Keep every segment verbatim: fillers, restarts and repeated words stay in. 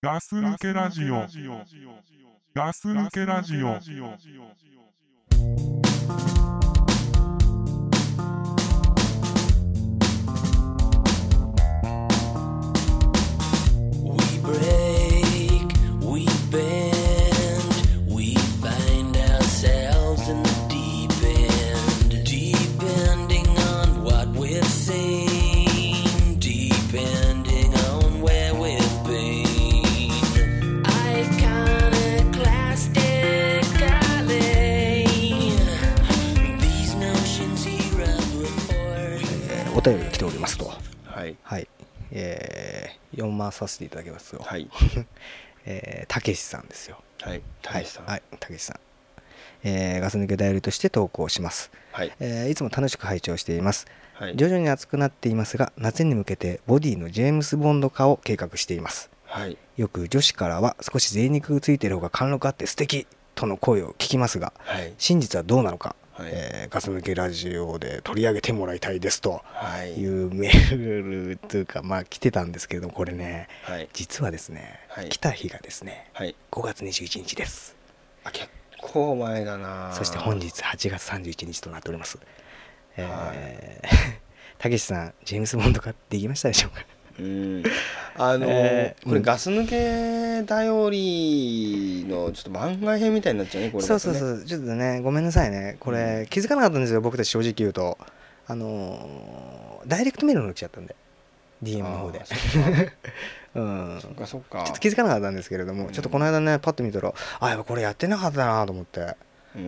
ガス抜けラジオ。ガス抜けラジオ。 お便りが来ておりますと。 はい、 はいえー、読まさせていただきますよ。 はいえー、たけしさんですよ。 はいたけしさん、 はい、たけしさん、えー、ガス抜けダイヤルとして投稿します。 はいえー、いつも楽しく拝聴しています。 はい、 徐々に暑くなっていますが、夏に向けてボディのジェームス・ボンド化を計画しています。 はい、 よく女子からは少し贅肉がついている方が貫禄あって素敵との声を聞きますが、 はい、 真実はどうなのか、 はいえー、ガス抜けラジオで取り上げてもらいたいですというメールというか、まあ来てたんですけれども、これね、はい、実はですね、はい、来た日がですね、はい、ごがつにじゅういちにちです。 あ、結構前だな。 そして本日はちがつさんじゅういちにちとなっております。えーはい、たけしさん、ジェームス・ボンド化できましたでしょうか。 うんあのーえー、これガス抜け頼りのちょっと番外編みたいになっちゃうね、これ、ね、 そうそうそう、ちょっとね、ごめんなさいね、これ、うん、気づかなかったんですよ、僕たち正直言うと。あのー、ダイレクトメールの来ちゃったんで、ディーエム の方で。うん、そっかそっか。ちょっと気づかなかったんですけれども、うん、ちょっとこの間ね、パッと見たら、あ、やっぱこれやってなかったなと思って。うんうん、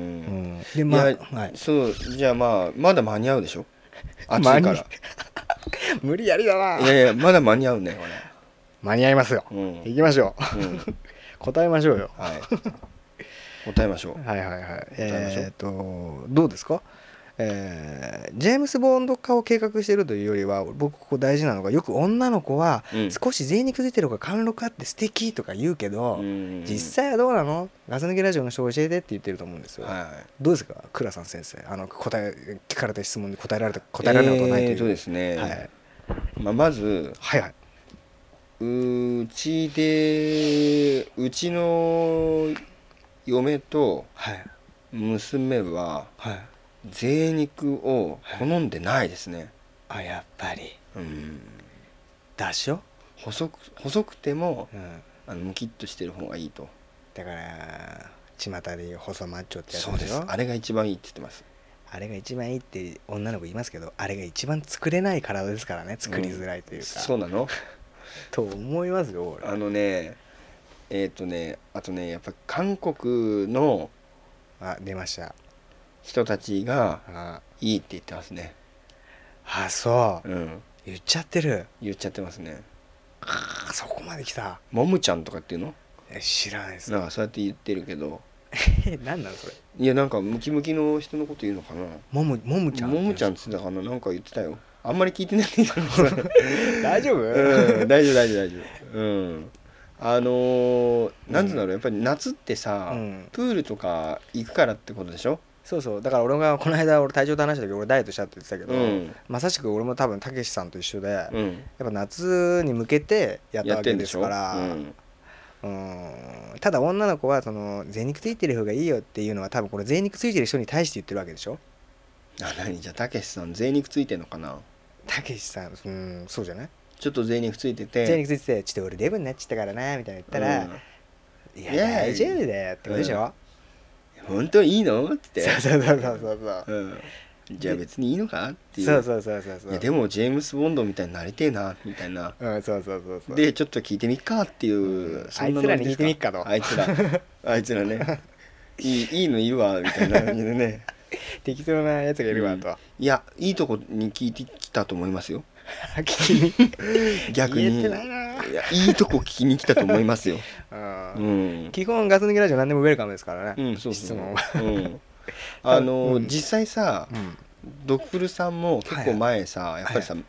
で、まあ、はい、そう、じゃあまあ、まだ間に合うでしょ、暑いから。 無理やりだな。 いやいや、まだ間に合うね、これ。 間に合いますよ。うん、行きましょう。うん、答えましょうよ。 はい。答えましょう。 はいはいはい。えー、っとどうですか。えー、ジェームス・ボンド化を計画しているというよりは、僕ここ大事なのが、よく女の子は少し贅肉出てる方が貫禄あって素敵とか言うけど、うん、実際はどうなの？ガス抜けラジオの人教えてって言ってると思うんですよ。はいはい、どうですか、倉さん先生。あの答え聞かれた質問に答えられた答えられないことはないという。 えー、そうですね。はい。まあ、まず、はいはい、うちでうちの嫁と娘は贅肉を好んでないですね。 はい、あ、やっぱり、うん、だしょ、 細く細くても、うん、あのムキッとしてる方がいいと。 だから巷でいう細マッチョってやつでしょ。 そうです、あれが一番いいって言ってます。 あれが一番いいって女の子言いますけど、あれが一番作れない体ですからね、作りづらいというか、 うん、そうなのと思いますよ俺。 あのねえっ、ー、とねあとねやっぱ韓国のあ出ました人たちがいいって言ってますね。 ああ、そう、 うん、 言っちゃってる言っちゃってますね。 あ、そこまで来た。 もむちゃんとかっていうの？ え、知らないです。 なんかそうやって言ってるけど何なのそれ。 いや、なんかムキムキの人のこと言うのかな。 もむもむちゃんもむちゃんって言ってたかな。なんか言ってたよ。あんまり聞いてないけど大丈夫？ うん、大丈夫大丈夫大丈夫。うんあのー、なんていうんだろう、やっぱり夏ってさ、うん、プールとか行くからってことでしょ。 そうそう、だから俺がこの間俺体調と話した時俺ダイエットしたって言ってたけど、うん、まさしく俺も多分たけしさんと一緒で、うん、やっぱ夏に向けてやったわけですから、うん、うんただ女の子はその贅肉ついてる方がいいよっていうのは多分これ贅肉ついてる人に対して言ってるわけでしょ。 あ、何じゃあたけしさん贅肉ついてんのかな。 たけしさん、うん、そうじゃない。 ちょっと贅肉ついてて贅肉ついててちょっと俺デブになっちゃったからなみたいな言ったら、うん、いや大丈夫だよってことでしょ、 うん、本当いいのってそうそうそうそうそう、うん、 じゃあ別にいいのかっていう。 そうそうそうそうそう。 いやでもジェームス・ボンドみたいになりてえなみたいな、 うん、そうそうそうそう。 でちょっと聞いてみっかっていう、うん、 そんなのあいつらに聞いてみっかと。 あいつらあいつらねいい、いいのいるわみたいな感じでね適当なやつがいるわと、うん、 いやいいとこに聞いてきたと思いますよ聞きに逆に言えてないな。 いやいいとこ聞きに来たと思いますよあ、うん、基本ガス抜きラジオ何でもウェルカムですからね、 うん、そうそう、質問は、うん、あの、うん、実際さ、うん、ドッフルさんも結構前さ、はいはい、やっぱりさ、はい、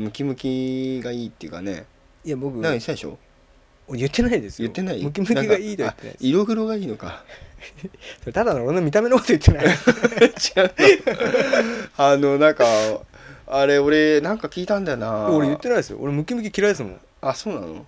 ムキムキがいいっていうかね。 いや僕なんか言ってたでしょ。 言ってないですよ。 言ってない。 ムキムキがいいと言ってないです。 色黒がいいのかそれただの俺の見た目のこと言ってない違うあのなんかあれ俺なんか聞いたんだよな。 俺言ってないですよ。俺ムキムキ嫌いですもん。 あ、そうなの。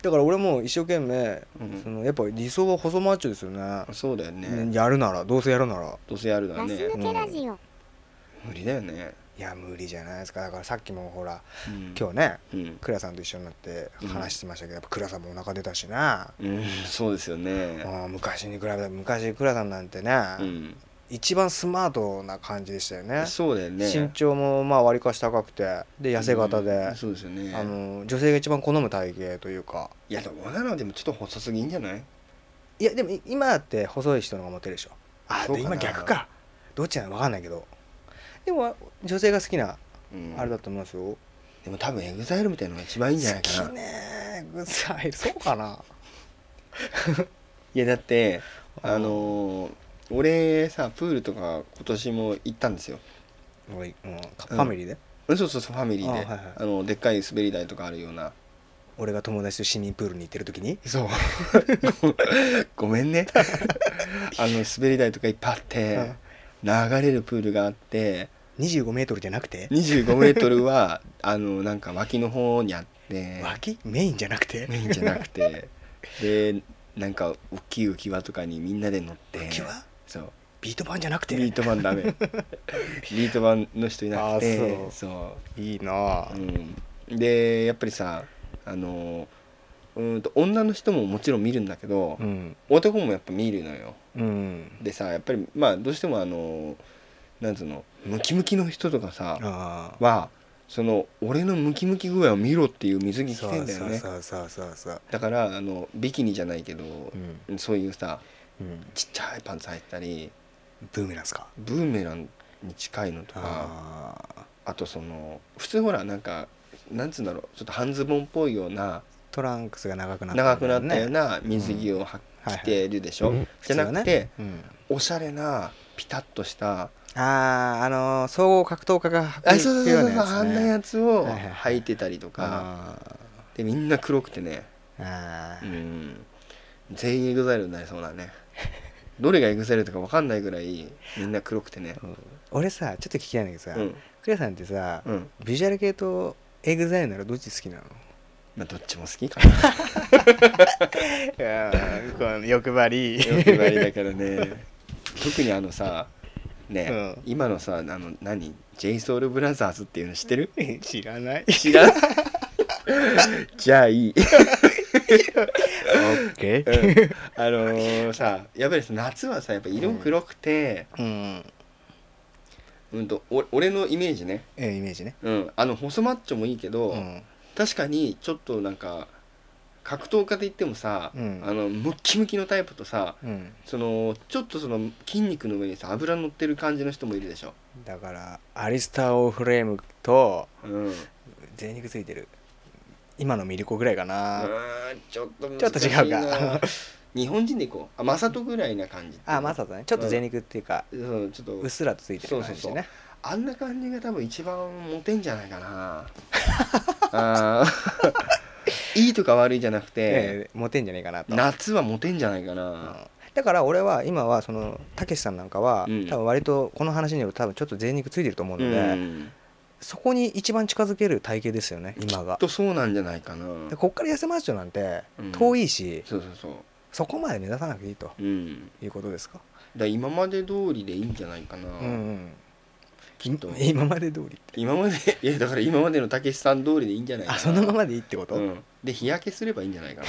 だから俺も一生懸命、 うんそのやっぱ理想は細マッチョですよね。 そうだよね。 やるならどうせやるならどうせやるだね。 ガス抜けラジオ。 無理だよね。 いや無理じゃないですか。だからさっきもほら、 うん、 今日ねうん、 クラさんと一緒になって話してましたけど、やっぱクラさんもお腹出たしな、 うん、そうですよね。 あ昔に比べたら昔クラさんなんてね、 うん、 一番スマートな感じでしたよね。 そうだよね。 身長もまあ割りかし高くてで痩せ型で、 うん、そうですよね。 あの女性が一番好む体型というか。 いやでも女のでもちょっと細すぎんじゃない？ いやでも今だって細い人の方がモテるでしょ。あそうかなで今逆か。どっちなのか分かんないけど、でも女性が好きなうん、 あれだと思いますよ。 でも多分エグザイルみたいなのが一番いいんじゃないかな。 好きねグッサイルそうかな。 いやだってあのー、俺さプールとか今年も行ったんですよ。 おい、うん、ファミリーで、 うん、そうそうそうファミリーで あ,、 あはいはいのでっかい滑り台とかあるような。 俺が友達と市民プールに行ってる時に。 そうごめんねあの滑り台とかいっぱいあって流れるプールがあってにじゅうごメートルじゃなくてにじゅうごメートルはあのなんか脇の方にあって脇メインじゃなくてメインじゃなくてでなんか大きい浮き輪とかにみんなで乗って浮き輪そうビート板じゃなくてビート板ダメビート板の人いなくてあそうそういいな、 うん、でやっぱりさあのうんと女の人ももちろん見るんだけど、 うん、 男もやっぱ見るのよ。 うん、 でさやっぱりまあどうしてもあのなんつうのムキムキの人とかさあはその俺のムキムキ具合を見ろっていう水着着そうてんだよね。 そうそうそうそう、 だからあのビキニじゃないけど、 うんそういうさうん、 ちっちゃいパンツ履いてたりブーメランですか。 ブーメランに近いのとかああとその普通ほらなんかなんつうんだろうちょっと半ズボンっぽいようなトランクスが長くなった、 長くなったような、 な水着をはうん着てるでしょ、 はいはいじゃなくて、 うん、 おしゃれなピタッとしたあああのー総合格闘家が履くあそうそうそうそう、 ようなやつねあんなやつをはいはいはい履いてたりとか、 あでみんな黒くてねーあー、 うん全員エグザイルになりそうだねどれがエグザイルとか分かんないぐらいみんな黒くてねうん俺さちょっと聞きたいんだけどさ、 うんクレアさんってさ、 うんビジュアル系とエグザイルならどっち好きなの？ まあどっちも好きかないやーこの欲張り欲張りだからね特にあのさね、 うん今のさあの何 ジェイソウルブラザーズっていうの知ってる？ 知らない知らんじゃあいいオッケー、 うんあのー、さやっぱりさ夏はさやっぱ色黒くて、 うんうん、とお俺のイメージね、 ええイメージね、 うん、あの細マッチョもいいけど、 うん確かにちょっとなんか格闘家で言ってもさ、 うんあのムッキムキのタイプとさうん、 そのちょっとその筋肉の上にさ油乗ってる感じの人もいるでしょ、 だからアリスター・オフレームとうん、う贅肉ついてる今のミリコぐらいかな、 ーんちょっと難しいちょっと違うか日本人でいこうあマサトぐらいな感じあまさとねちょっと贅肉っていうか、 そうちょっとうっすらとついてる感じでね。 そうそうそうあんな感じが多分一番モテんじゃないかなあーいいとか悪いじゃなくて、 ええモテんじゃねえかなと。 夏はモテんじゃないかうんな、 だから俺は今はそのたけしさんなんかは、 うん多分割とこの話によると多分ちょっと贅肉ついてると思ううので、 んそこに一番近づける体型ですよね今が。 とそうなんじゃないかな、 でこっから痩せマッチョなんてうん遠いし、 そうそうそうそこまで目指さなくていいとうんいうことですか。 だから今まで通りでいいんじゃないかな、 うんうん。 きっと今まで通りって。 今までいやだから今までのたけしさん通りでいいんじゃないかなあそのままでいいってこと？ うん、で日焼けすればいいんじゃないかな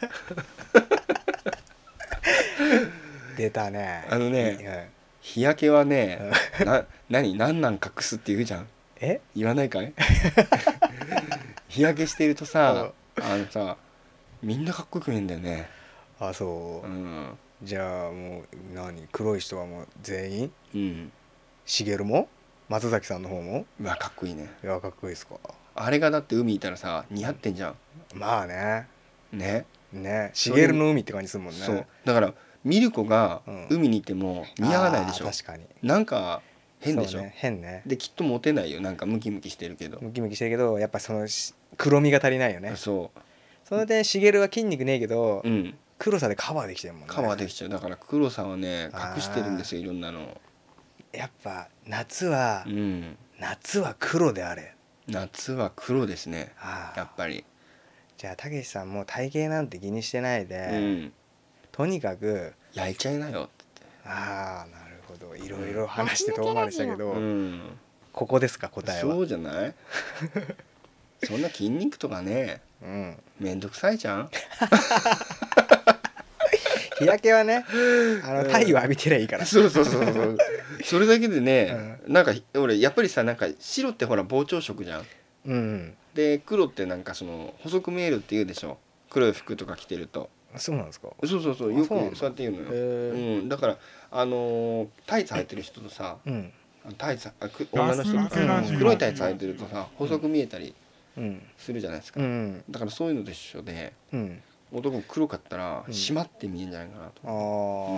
出たね。 あのね日焼けはねな何何なん隠すって言うじゃんえ？ 言わないかい日焼けしてるとさあのさみんなかっこよく見えんだよね、 あそうう。 んじゃあもう何黒い人はもう全員？ うんしげるも松崎さんの方も？ うわかっこいいねいやかっこいいですか。 あれがだって海いたらさ似合ってんじゃんまあねねねしげるの海って感じするもんね。 そうだからミルコがうん海にいても似合わないでしょ、 あー確かになんか変でしょ、 そうね変ね。 できっとモテないよなんかムキムキしてるけど、 ムキムキしてるけどやっぱそのし黒みが足りないよね。 そその点しげるは筋肉ねえけど、 ううん黒さでカバーできてるもんね。 カバーできちゃうだから黒さはねあー隠してるんですよいろんなのやっぱ夏は、 うん夏は黒であれ。 夏は黒ですねああやっぱりじゃあたけしさんも体型なんて気にしてないで、 うん、 とにかく焼いちゃいなよってああなるほどいろいろ話して遠回りしたけど、 言って、うん、 ここですか答えは。 そうじゃないそんな筋肉とかね、 うん、 めんどくさいじゃん日焼けはねあの太陽浴びてりゃいいから、 そうそうそうそうそれだけでね、うん、なんか俺やっぱりさなんか白ってほら膨張色じゃん、 うん、 で黒ってなんかその細く見えるって言うでしょ、黒い服とか着てると。 そうなんですか。 そうそうそうよくそうやって言うのよ、うん、だからあのー、タイツ履いてる人とさ、うん、タイツ女の人とか黒いタイツ履いてるとさ細く見えたりするじゃないですか、うん、だからそういうのと一緒で、うん、男黒かったら締まって見えるんじゃないかなと、うん、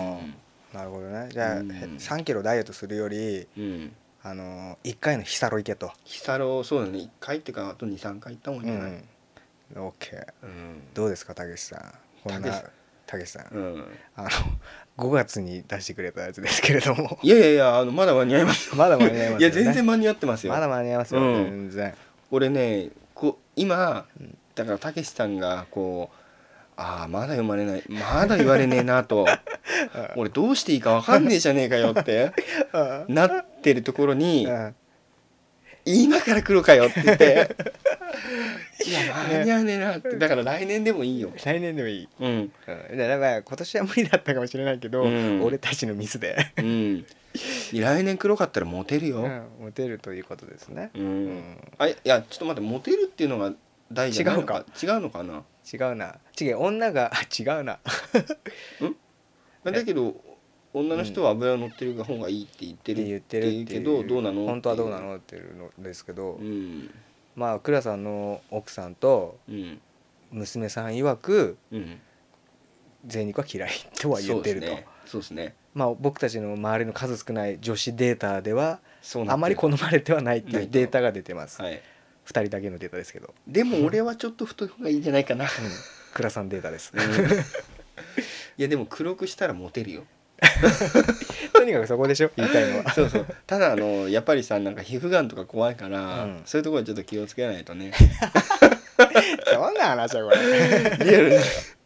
ああなるほどね。じゃあ、うん、さんキロダイエットするより、うん、あのいっかいのヒサロ行けと。 ヒサロそうだねいっかいっていうかあと に,さん 回行ったもんじゃない、 うん、OK、うん、どうですかたけしさんこんなたけしさん、うん、あのごがつに出してくれたやつですけれどもいやいやいやあのまだ間に合いますまだ間に合いますよ、ね、 いや全然間に合ってますよまだ間に合いますよ、うん、全然俺ねこ今だからたけしさんがこうああまだ読まれないまだ言われねえなと俺どうしていいか分かんねえじゃねえかよってなってるところに今から来るかよって言っていや間に合わねえなってだから来年でもいいよ来年でもいい、うん、うん、だから今年は無理だったかもしれないけど、うん、俺たちのミスで、うん、 来年黒かったらモテるよ、うん、 モテるということですね、うんうん、 あいやちょっと待ってモテるっていうのが大事じゃないのか違うのかな違うな違う女が違うなんだけど女の人は油乗ってる方がいいって言ってるって言うけどどうなの本当はどうなのっていうのですけど、うん、まあ倉さんの奥さんと娘さん曰く、うん、贅肉は嫌いとは言ってると。 そうですね。 まあ僕たちの周りの数少ない女子データではあまり好まれてはないっていうデータが出てます。はい、ふたりだけのデータですけど。 でも俺はちょっと太い方がいいんじゃないかな。うん、 倉さんデータです。うん、いやでも黒くしたらモテるよ。 とにかくそこでしょ言いたいのは。 そうそう。ただあのやっぱりさなんか皮膚がんとか怖いから、うん、そういうところはちょっと気をつけないとね。 どんな話だこれ。 リアルに。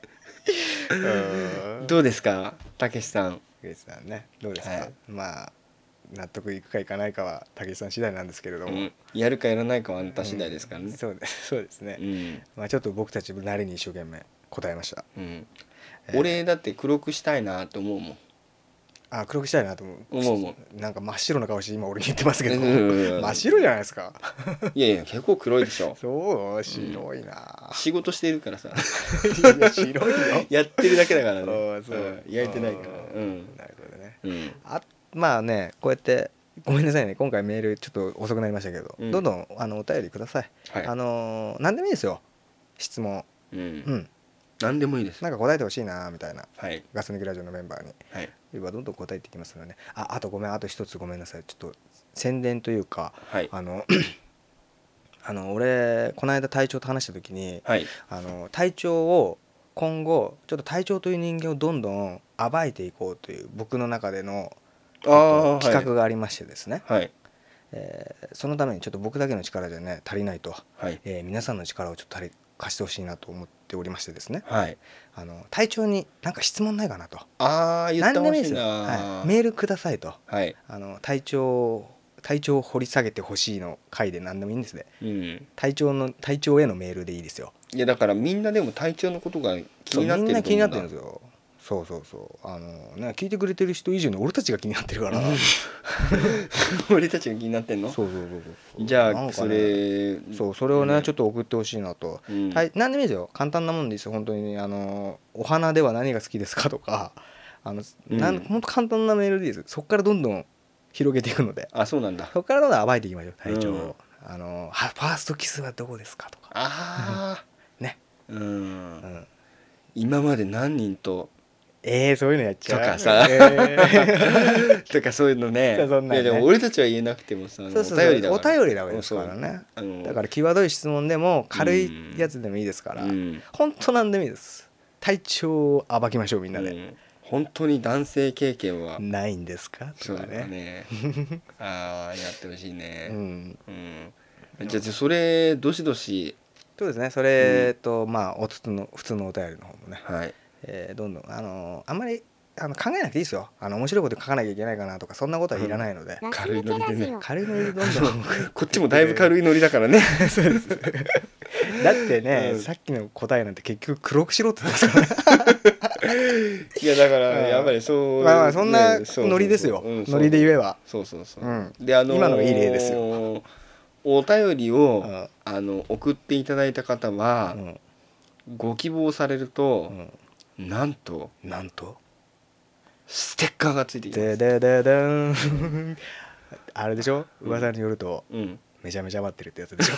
どうですかたけしさん。 たけしさんねどうですか、はい、まあ納得いくかいかないかはたけしさん次第なんですけれども、うん、 やるかやらないかはあなた次第ですからね、うん、 そうですそうですね、うん、まあちょっと僕たちなりに一生懸命答えました、うん、 えー、俺だって黒くしたいなと思うもん。 あ黒くしたいなと思う。 思うもん。 なんか真っ白な顔して今俺に言ってますけど真っ白じゃないですか。 いやいや結構黒いでしょ。 そう白いな、 うん、仕事しているからさ。いや白いよやってるだけだからね。そう、うん、焼いてないから。うん、 なるほどね、うん、あまあねこうやってごめんなさいね今回メールちょっと遅くなりましたけど、うん、どんどんあのお便りください、はい、あのー、何でもいいですよ質問、うん、うん、 何でもいいです。 なんか答えてほしいなみたいな、 はい、 ガス抜きラジオのメンバーに、はい、言えばどんどん答えていきますので、ね、ああとごめんあと一つごめんなさいちょっと宣伝というか、はい、あのあの俺この間隊長と話した時に、はい、あの隊長を今後ちょっと隊長という人間をどんどん暴いていこうという僕の中での企画がありましてですね、はいえー、そのためにちょっと僕だけの力じゃね足りないと、はいえー、皆さんの力をちょっと貸してほしいなと思っておりましてですね、はい、あの隊長に何か質問ないかなと。 あー言ってほしいな、 はい、メールくださいと、はい、あの隊長隊長を掘り下げてほしいの回で何でもいいんですね、うん、隊長の隊長へのメールでいいですよ。 いやだからみんなでも隊長のことが気になってると思うんだ。みんな気になってるんですよ。そうそうそうあの、ね、聞いてくれてる人以上に俺たちが気になってるから俺たちが気になってんの。 そうそうそうそうじゃあ、ね、それそうそれをね、うん、ちょっと送ってほしいなと、うん、はい、何でもいいですよ簡単なもんですよ本当に、ね、あのお花では何が好きですかとかあの、うん、なん本当簡単なメールでいいです。そこからどんどん広げていくので。 あそうなんだ。 そこからどんどん暴いていきましょう隊長を、うん、あのファーストキスはどこですかとかああねうん、うん、今まで何人とえー、そういうのやっちゃうとかさ、えー、とかそういうのね。そんなねいやでも俺たちは言えなくてもさ、 そうそうそうお便りだからお便りだわけですからね。だから際どい質問でも軽いやつでもいいですから、うん、本当なんでもいいです。体調を暴きましょうみんなで、うん、 本当に男性経験はないんですかとかね。そうだねああやってほしいね、うんうん、じゃあそれどしどしそうですね。それと、うん、まあおつつの普通のお便りの方もね、 はい、 えー、どんどんあのあんまりあの考えなくていいですよ。あの面白いこと書かなきゃいけないかなとかそんなことはいらないので、 うん、軽いノリでね、 軽いノリでどんどんこっちもだいぶ軽いノリだからね。 そうです。だってね、うん、さっきの答えなんて結局黒くしろって言ってますからね。いやだからやっぱりそう、 まあまあそんなノリですよ。ノリで言えば。 そうそうそう。 うん、 であのー、 今のがいい例ですよ。 お便りを、うん、あの送っていただいた方は、うん、ご希望されると、うん、なんとなんとステッカーがついてきます。 ででででんあれでしょ、噂によると、うん、めちゃめちゃ余ってるってやつでしょ。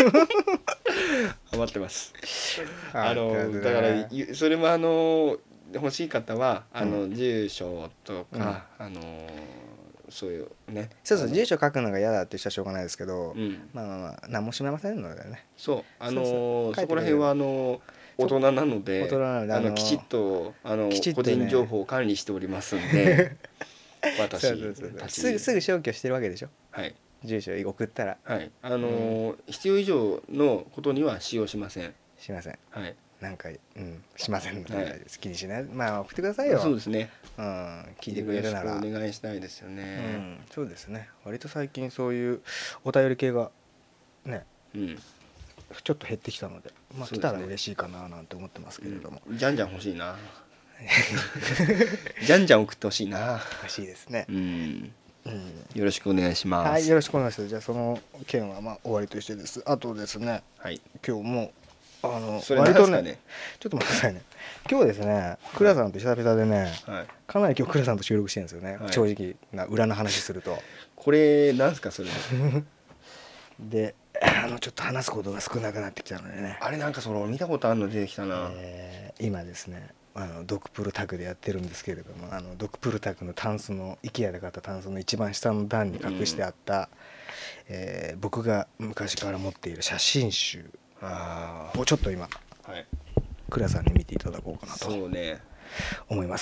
余ってます。あのだからそれもあの欲しい方はあの、うん、住所とか、うん、あのそういうね、 そうそう住所書くのが嫌だって人はしょうがないですけど、うん、まあまあまあ何もしめませんのでね。 そうあのそうそうそこら辺はあの大人なので、大人なのであのきちっとあのきちっと、ね、個人情報を管理しておりますんで私そうそうそうそうすぐすぐ消去してるわけでしょ。 はい。 住所送ったら、 はいあのーうん、必要以上のことには使用しません。 しません。 はい。 なんかうんしませんので、はい、気にしない。まあ送ってくださいよ。 そうですね。 うん聞いてくれるならお願いしたいですよね。 うん、そうですね。割と最近そういうお便り系がね、うん、ちょっと減ってきたので、まあ来たら嬉しいかななんて思ってますけれども、 うん、じゃんじゃん欲しいな。じゃんじゃん送ってほしいな。 欲しいですね。 うん。うん、よろしくお願いします。 はい、よろしくお願いします。じゃあその件はまあ終わりとしてです。あとですね、はい、今日もあの割とね、ちょっと待ってくださいね。今日ですね、倉さんと久々でね、はい、かなり今日倉さんと収録してるんですよね。はい、正直な裏の話すると。 これなんすかそれ。 で、あのちょっと話すことが少なくなってきたのでね。 あれなんかその見たことあるの出てきたな。 えー、今ですね。あのドクプルタグでやってるんですけれども、あのドクプルタグのタンスの IKEA で買ったタンスの一番下の段に隠してあった、うんえー、僕が昔から持っている写真集をちょっと今、はい、倉さんに見ていただこうかなと思います。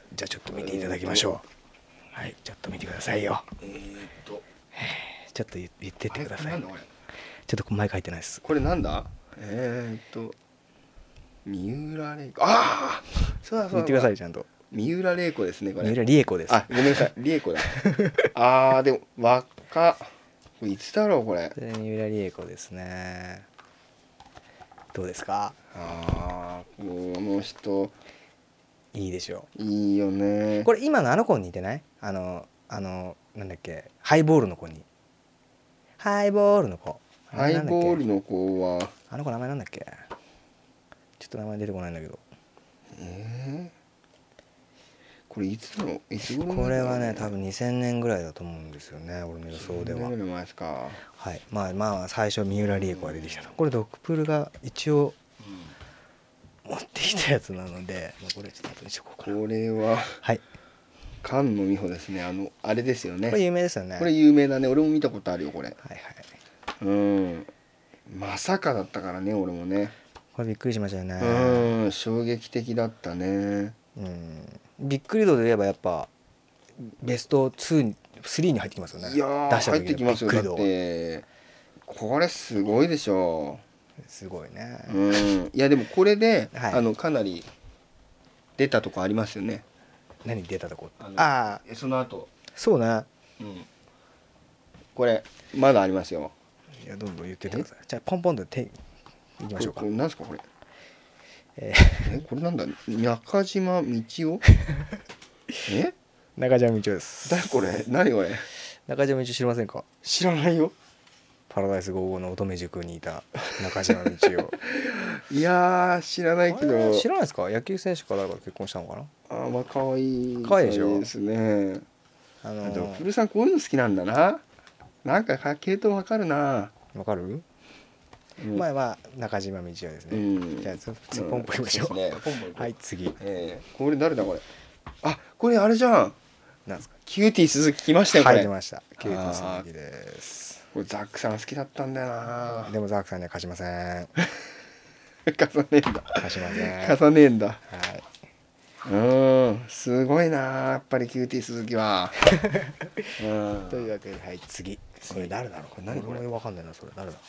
じゃあちょっと見ていただきましょう。はい、ちょっと見てくださいよ。えー、っとちょっと言ってってください。ちょっと前書いてないです。 これなんだ。えー、っと三浦玲子、ああそうだそうだ言ってくださいちゃんと。 三浦玲子ですねこれ。 三浦理恵子です。 あごめんなさい理恵子だ。ああでも若これいつだろうこれ。 三浦理恵子ですね。どうですか。 ああこの人いいでしょう。いいよね。 これ今のあの子に似てない？あのあのなんだっけハイボールの子に。ハイボールの子。 ハイボールの子はあの子名前なんだっけ。ちょっと名前出てこないんだけど。 えー、これいつのいつ頃の？ これはね多分にせんねんぐらいだと思うんですよね俺の予想では。 にせんねんぐらい前ですか。 はい。まあまあ最初三浦理恵子が出てきたと。これドクプルが一応持ってきたやつなので、まあ、これちょっと後にしとこうかな。 これははい菅野美穂ですね。あのあれですよね。 これ有名ですよね。 これ有名だね。俺も見たことあるよこれ。 はいはい。 うんまさかだったからね俺もね。 これびっくりしましたよね。 うん衝撃的だったね。 うんびっくり度で言えばやっぱベストツーにスリーに入ってきますよね。 いやー入ってきますよ。だってこれすごいでしょ。 すごいね。 うんいやでもこれで、はい、あのかなり出たとこありますよね。 何出たとこ。 ああその後そうね。 うんこれまだありますよ。 いやどんどん言ってってください。じゃあポンポンと手いきましょうか。 これなんですかこれ。えー、えこれなんだ中島みちお。え中島みちおです。 誰これ何これ。 中島みちお知りませんか。 知らないよ。 パラダイスゴーゴーの乙女塾にいた中島みちお。 いやー知らないけど。 知らないですか。野球選手か誰か結婚したのかな。 あーまあ可愛い可愛いでしょですね。 あのー、 でも古さんこういうの好きなんだな。なんか系統わかるな。 わかる？うん、まあまあ中島みちおですね。うん、じゃあ次ポンポンいきましょう。ね、ポンポンはい次。 えー、これ誰だこれ。あこれあれじゃん。 なんですか。 キューティー鈴木来ましたよこれ。 はい来ました。キューティー鈴木です。 これザックさん好きだったんだよな。 でもザックさんには貸しません。 貸さねえんだ。 貸しません。 貸さねえんだ。はい。 うんすごいなやっぱりキューティー鈴木は。 うん、というわけではい次。これ誰だろう。これ何これ分かんないなそれ誰だ。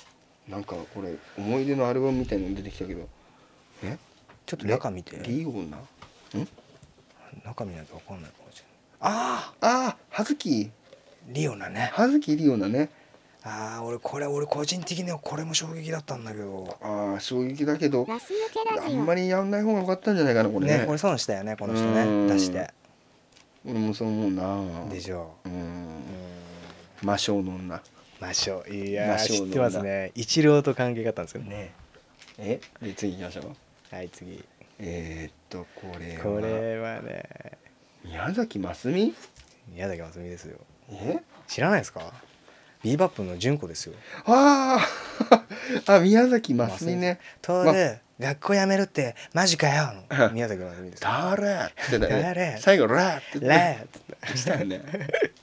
なんかこれ思い出のアルバムみたいなの出てきたけど、えちょっと中見て。 リオナ、ん中見ないと分かんないかもしれない。あああ葉月リオナね。 葉月リオナね。 ああ俺これ俺個人的にはこれも衝撃だったんだけど。 ああ衝撃だけどガス抜けラジオあんまりやんない方が良かったんじゃないかなこれね。 ねこれ損したよねこの人うんね出して。 俺もそう思うな。 でしょう。 うんうん魔性の女魔性いやー魔性の知ってますね。一郎と関係があったんですよね。 ね。えで次行きましょう。 はい次。 えー、っとこれはこれはね宮崎真澄。 宮崎真澄ですよ。 え知らないですか？ビーバップの純子ですよ。 あああ宮崎真澄ね。 とで学校辞めるってマジかよの宮崎真澄ですよ。 誰ってだよね誰最後ラーって言ってレーっつっしたよね。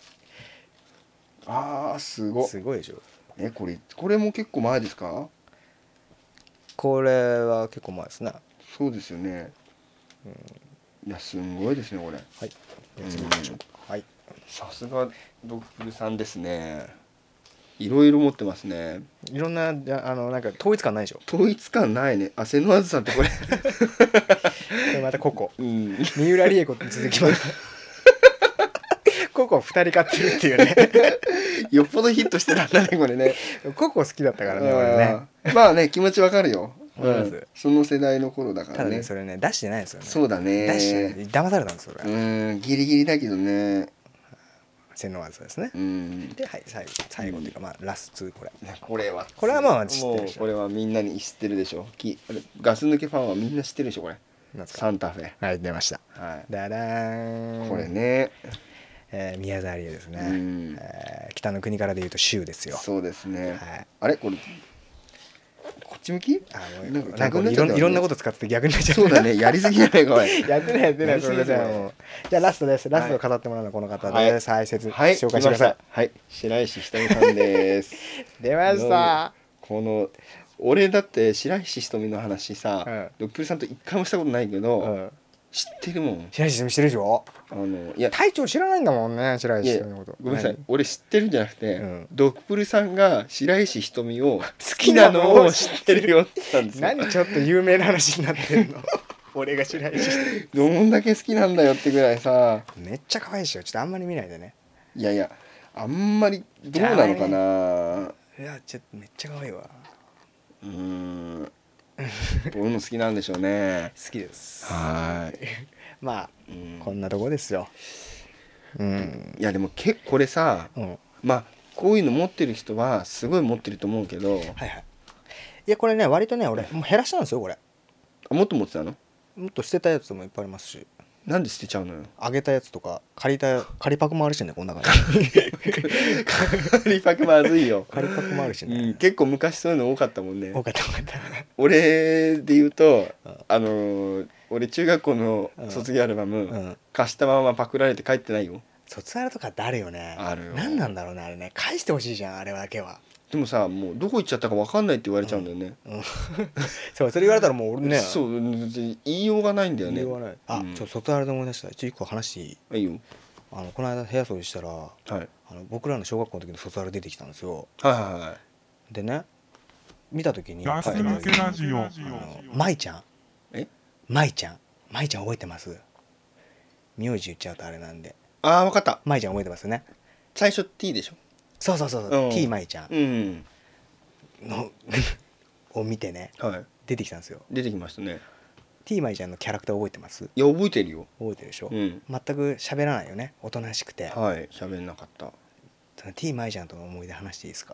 ああすごてっ。 すごいでしょ。 えこれこれも結構前ですか？ これは結構前ですね。 そうですよね。いやすんごいですねこれ。 はい。じゃあ次行きましょうか。はい。 さすがドッフルさんですね。いろいろ持ってますね。 いろんなじゃあのなんか統一感ないでしょ。 統一感ないね。あ瀬野あずさんってこれ。 これまたココ。 うん。 三浦理恵子に続きます。ココ二人買ってるっていうね。 よっぽどヒットしてたんだねこれね。 ココ好きだったからね俺ね。 うんまあね気持ちわかるよ。 わかりますうんその世代の頃だからね。 ただねそれね出してないですよね。 そうだね。 出してない騙されたんですよ俺。 うんギリギリだけどね。 千の技ですね。 うん。 ではい最後最後っていうかまあラスツーこれ。 これはこれはまあ知ってるもでしょうこれはみんなに知ってるでしょ。きあれガス抜けファンはみんな知ってるでしょこれ。 なんですか。 サンタフェ。 はい出ました。 はダダーい。 ン。 これ。ね。 えー宮沢りえですね。 うんえー北の国からでいうと州ですよ。 そうですね。 はい。 あれこれこっち向き？ あもうなんかなんか逆になっちゃったよねいろんいろんなこと使って逆になっちゃった。 そうだね。やりすぎじゃないかおい。 やってないやってないそれじゃあやりすぎだよもうじゃあラストです。ラストを語ってもらうのはこの方です。はい説はい。 紹介してください。 来ましたはい。白石ひとみさんです。 出ました。 この俺だって白石ひとみの話さ、 うんドップルさんと一回もしたことないけど、 うん。 知ってるもん。 白石ひとみしてるでしょ。 あのいや隊長知らないんだもんね白いや石ひとみのこと。 ごめんなさい俺知ってるんじゃなくて、 うんドップルさんが白石ひとみを好きなのを知ってるよって言ったんですよ。 何ちょっと有名な話になってんの。俺が白石ひとどんだけ好きなんだよってぐらいさ。 みめっちゃ可愛いでしょ。ちょっとあんまり見ないでね。 いやいやあんまりどうなのかな。 いやちょっとめっちゃ可愛いわ。 うーんどういうの好きなんでしょうね。 好きです。 はまあい、うんこんなとこですよ。うん。 いやでも結構これさうん。はいまあこういうの持ってる人はすごい持ってると思うけど、 はい。いやこれね割とね俺もう減らしたんですよこれ。 あもっと持ってたの？ もっと捨てたやつもいっぱいありますし。 なんで捨てちゃうのよ。 あげたやつとか借りた借りパクもあるしねこんな感じ。 リパクまずいよ。 借りパクもあるしうん、 ね。 結構昔そういうの多かったもんね。 多かった多かった。 俺で言うとうんあのー俺中学校の卒業アルバム、 うん。 貸したままパクられて帰ってないよ。 卒アルとかってあるよね。 あるよ何なんだろうねあれね。返してほしいじゃんあれだけは。 でもさもうどこ行っちゃったか分かんないって言われちゃうんだよね。 うん。そうそれ言われたらもう俺ね。 そう言いようがないんだよね。 言わない。あ、 うんちょっと卒アルで思い出した。ちょっと一個話していい？ いいよ。 あのこの間部屋掃除したらはいあの僕らの小学校の時の卒アル出てきたんですよ。 はいはいはいでね見た時にガス抜けラジオ。 あの舞ちゃんえ舞ちゃん舞ちゃん覚えてます？名字言っちゃうとあれなんでああ分かった。 舞ちゃん覚えてますね。 最初 T でしょ。 そうそうそうそう、 うん T 舞ちゃんうんのを見てねはい出てきたんですよ。 出てきましたね。 T 舞ちゃんのキャラクター覚えてます？ いや覚えてるよ。 覚えてるでしょ、 うん全く喋らないよねおとなしくて。 はい喋んなかった。 その T 舞ちゃんとの思い出話していいですか？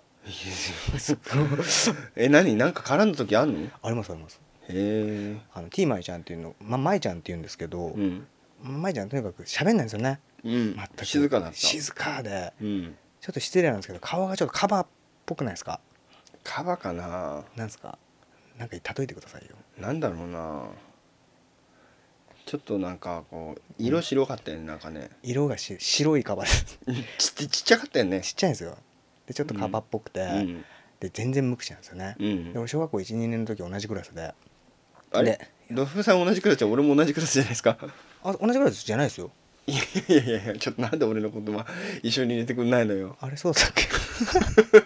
え何なんか絡んだ時あんの？へありますあります。 えあの T 舞ちゃんっていうのま舞ちゃんって言うんですけど、 うん舞ちゃんとにかく喋んないんですよね。 うん全く静かだった。 静かでうんちょっと失礼なんですけど顔がちょっとカバっぽくないですか？ カバかな。 なんですか？なんか例えてくださいよ。 なんだろうな。ちょっとなんかこう色白かったよねなんかね。 色がし白いカバですちっちっちゃかったよね。 ちっちゃいんですよ。でちょっとカバっぽくて、 うんで全然無口なんですよね。 うんで俺小学校いち、にねんの時同じクラスであれでドフさん同じクラスじゃ俺も同じクラスじゃないですか。 あ同じクラスじゃないですよ。 いやいやいやちょっとなんで俺のことは一緒に入れてくんないのよ。 あれそうだっけ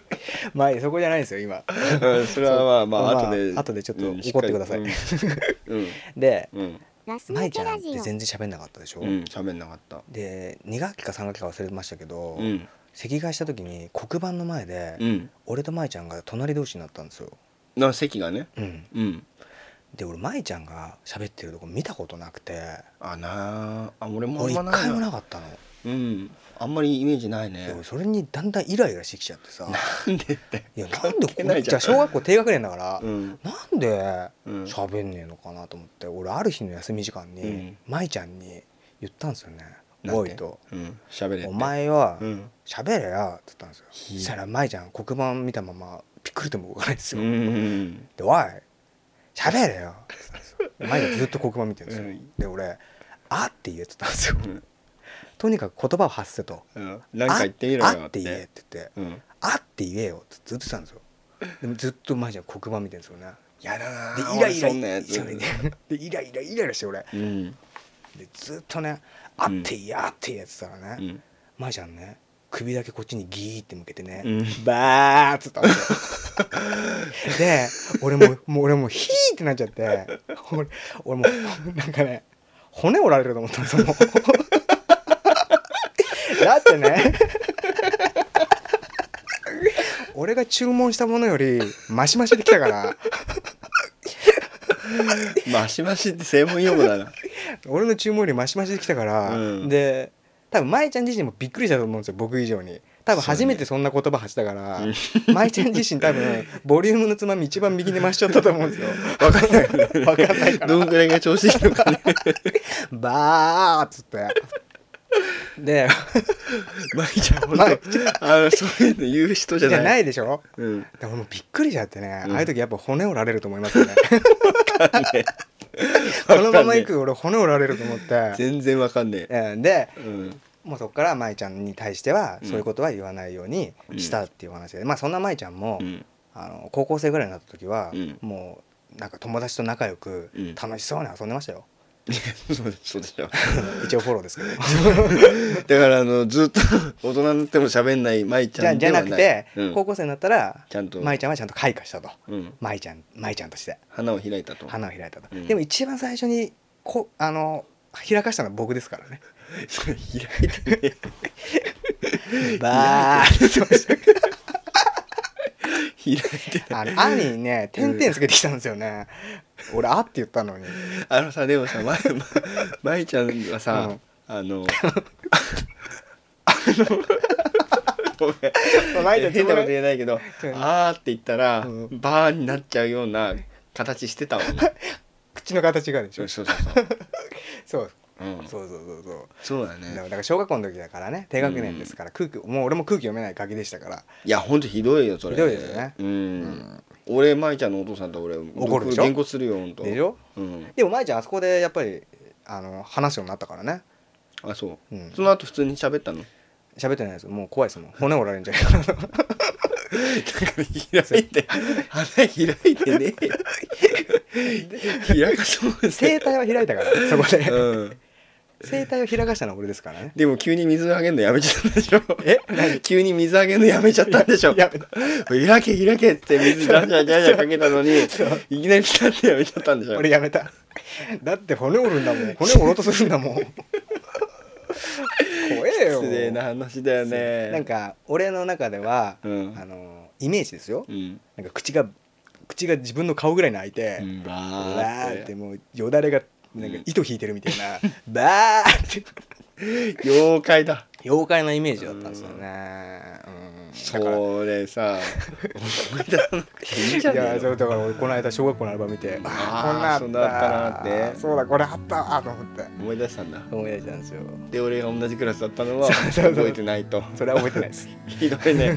まあそこじゃないですよ今。 うんそれはまあまあまあ後で後でちょっとうん怒ってください。 しっかりうんでうん舞ちゃんって全然喋んなかったでしょ、 うん喋んなかったでに学期かさん学期か忘れましたけど、 うん席替えした時に黒板の前で、 うん俺と舞ちゃんが隣同士になったんですよ。 な席がねうん、 うんで俺舞ちゃんが喋ってるとこ見たことなくて、 あなあ俺もあ俺一んまない回もななかったの。 うんあんまりイメージないねで俺それにだんだんイライラしてきちゃってさなんでっていやなんで関係ないじゃんじゃあ小学校低学年だから、 うんなんでうん喋んねえのかなと思って俺ある日の休み時間に、 うん舞ちゃんに言ったんですよね。 なんてボイとうん喋れってお前はうん喋れよって言ったんですよ。そしたら舞ちゃん黒板見たままピックリとも動かないんですよ。 うんでおい喋れよって言ったんですよ。で舞ちゃんずっと黒板見てるんですよ。 うんで俺あって言えって言ったんですよ。 うんとにかく言葉を発せと。 うんなんか言ってみろよあって言えって言って、 うんあって言えよってずっと言ってたんですよ。でもずっと舞ちゃん黒板見てるんですよね。 やだなでーイライラ俺そんなやつそうねでイライライライラして俺うんでずっとねあって言えあって言えって言ったらねうん舞ちゃんね首だけこっちにギーって向けてね、 うんバーっつったんですよで俺ももう俺もうヒーってなっちゃって俺俺もうなんかね骨折られると思ったんですよもうだってね俺が注文したものよりマシマシできたからマシマシって専門用語だな俺の注文よりマシマシできたから、 うん、 で多分舞ちゃん自身もびっくりしたと思うんですよ僕以上に。多分初めてそんな言葉発したから、ね、舞ちゃん自身多分ボリュームのつまみ一番右に回しちゃったと思うんですよ。分かんない分かんないからどんぐらいが調子いいのかねバーっつってで舞ちゃんほんとあのそういうの言う人じゃないじゃないでしょ、 うん、 でももうびっくりしちゃってね、 うん、 ああいう時やっぱ骨折られると思いますよねわかんねえこのまま行く俺骨折られると思って全然わかんねえ、 うん、で、 うんもうそこから舞ちゃんに対してはそういうことは言わないようにしたっていう話で、うん、まあそんな舞ちゃんも、うん、あの高校生ぐらいになった時は、うん、もうなんか友達と仲良く楽しそうに遊んでましたよ、 うん、そうそうでしょ一応フォローですけどだからあのずっと大人になっても喋んない舞ちゃんではないじゃなくて、 うん、 高校生になったらちゃんと舞ちゃんはちゃんと開花したと、 うん、 舞ちゃん舞ちゃんとして花を開いたと花を開いたと、 うん、 でも一番最初にこあの開かしたのは僕ですからねそれ開いてねバーッ開いてあの「あ」にね点々つけてきたんですよね、うん、俺「あ」って言ったのにあのさでもさままいちゃんはさ、うん、あのあのごめん変なこと言えないけど「あ」って言ったら、うん、バーになっちゃうような形してたもんね口の形がでしょそうそうそうそううん、 そうそうそうそうそうだねだから小学校の時だからね低学年ですから、うん、空気もう俺も空気読めないガキでしたからいやほんとひどいよそれひどいですよね、 うんうん、俺舞ちゃんのお父さんと俺怒るでしょげんこつするよほんとでしょ、 うん、 でも舞ちゃんあそこでやっぱりあの話すようになったからねあそう、 うん、 その後普通に喋ったの喋ってないですもう怖いですもん骨折られんじゃないかな開いて花開いてね開かそう声帯は開いたからそこで、 うん、 声帯を開かしたのは俺ですからねでも急に水あげるのやめちゃったでしょえ急に水あげるのやめちゃったんでしょやめた開け開けって水ジャンジャンジャンジャンかけたのにいきなりピタッてやめちゃったんでしょ俺やめただって骨折るんだもん骨折ろうとするんだもん怖えよ失礼な話だよねなんか俺の中では、 うん、 あのイメージですよ、 うん、 なんか口が口が自分の顔ぐらいに開いて、 うん、バーってもうよだれがなんか糸引いてるみたいな、うん、バーって妖怪だ妖怪のイメージだったんですよね、うん、 それさ思い出さなくていいじゃん。いやそうだから俺この間小学校のアルバム見てああこんなあったそうだったなってそうだこれあったわと思って思い出したんだ。 思い出したんですよ。 で俺が同じクラスだったのは覚えてないと。 それは覚えてないですひどいねいや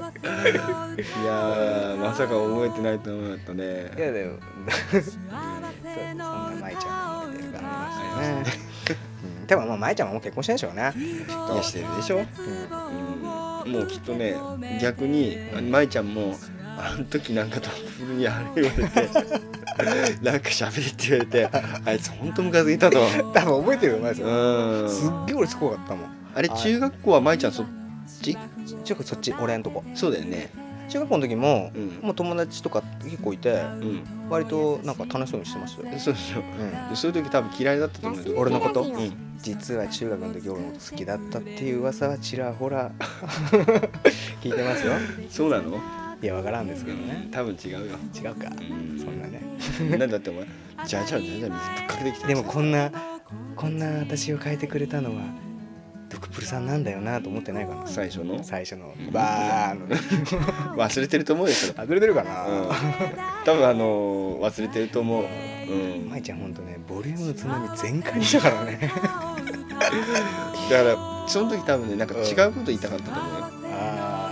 まさか覚えてないと思ったね。 いやでもそうそんな舞ちゃんの思い出がありましたねでもまあ舞ちゃんはもう結婚してるでしょうね。 いやしてるでしょ、うんうん、もうきっとね逆に舞ちゃんもあの時なんかトップルにあれ言われてなんか喋れって言われてあいつほんとムカついたと多分覚えてると思いますよ。 うんすっげえ俺すごかったもん。 あれ中学校は舞ちゃんそっちちょっとそっち俺んとこそうだよね。 中学校の時も、 うんもう友達とか結構いて、 うん割となんか楽しそうにしてましたよ。 そうでしょ、 うんでそういう時多分嫌いだったと思うよ俺のこと、 うん実は中学の時俺のこと好きだったっていう噂はちらほら聞いてますよ。 そうなの？ いやわからんですけどね。 多分違うよ。 違うか、 うんそんなね。 なんだってお前じゃあじゃあじゃあじゃあ水ぶっかけてきたでもこんなこんな私を変えてくれたのはドクプルさんなんだよなと思ってないかな。 最初の最初のバーのね忘れてると思うよそれ。 外れてるかな、 うん多分あのー忘れてると思う。うん舞ちゃんほんとねボリュームのつまみ全開にしたからねだからその時多分ねなんか違うこと言いたかったと思うよ。 あ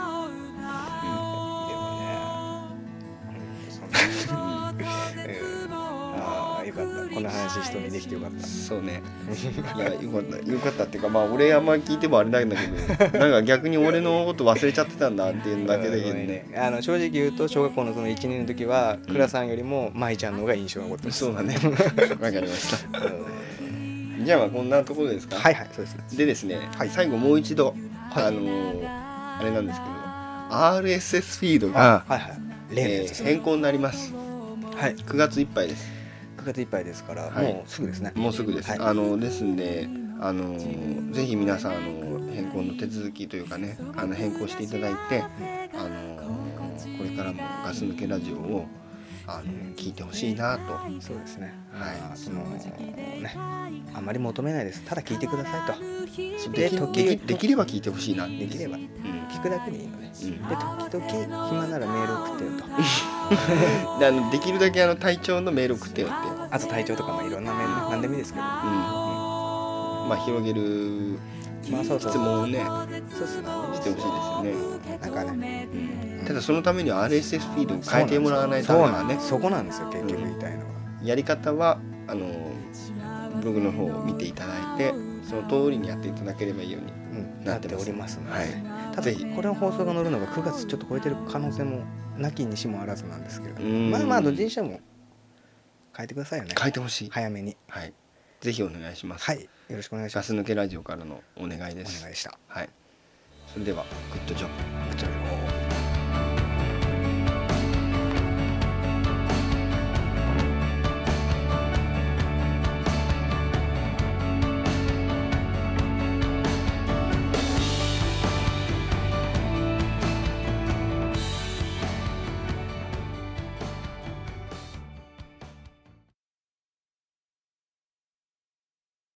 あ、でもね、うん、ああよかったこの話人にできてよかったそうね。いやよかったよかったっていうかまあ俺あんまり聞いてもあれなんだけどなんか逆に俺のこと忘れちゃってたんだっていうだけだけどね。 あの正直言うと小学校のそのいちねんの時は倉さんよりも舞ちゃんの方が印象に残ってます。 そうだね。わかりました。じゃあまあこんなところですか。 はいはいそうですね。 でですね、 はい最後もう一度、 はいあのーあれなんですけど アールエスエス フィードが、 はいはい例のえーやつですね。 変更になります。 はいくがついっぱいです。 くがついっぱいですから、 はいもうすぐですね。 もうすぐです。 はいあのですんで、あのーぜひ皆さんあの変更の手続きというかね、あの変更していただいて、あのーこれからもガス抜けラジオをあの聞いてほしいなと。 そうですね。 はいまあそのねあまり求めないです。ただ聞いてくださいと。 そうでき時々 できできれば聞いてほしいな。 できればうん聞くだけでいいので。 うんで時々暇ならメール送ってよと。 であのできるだけあの体調のメール送ってよって。 あと体調とかまあいろんなメール何でもいいですけど。 うん、まあ広げるまあそうそう質問をねそうですね。 してほしいですよね。 なんかね。 ただそのためには アールエスエス フィードを変えてもらわないとそうダメだね。 なんです。そこなんですよ結局言いたいのは。 やり方はあのブログの方を見ていただいてその通りにやっていただければいいように。 うんなっておりますので。 はいただぜひこれの放送が載るのがくがつちょっと超えてる可能性もなきにしもあらずなんですけれども、 うんまあまあどっちにしても変えてくださいよね。 変えてほしい。 早めに。 はい。ぜひお願いします。 はいよろしくお願いします。 ガス抜けラジオからのお願いでおす。 願いした。 はい。それではグッドジョブ。 グッドジョブ。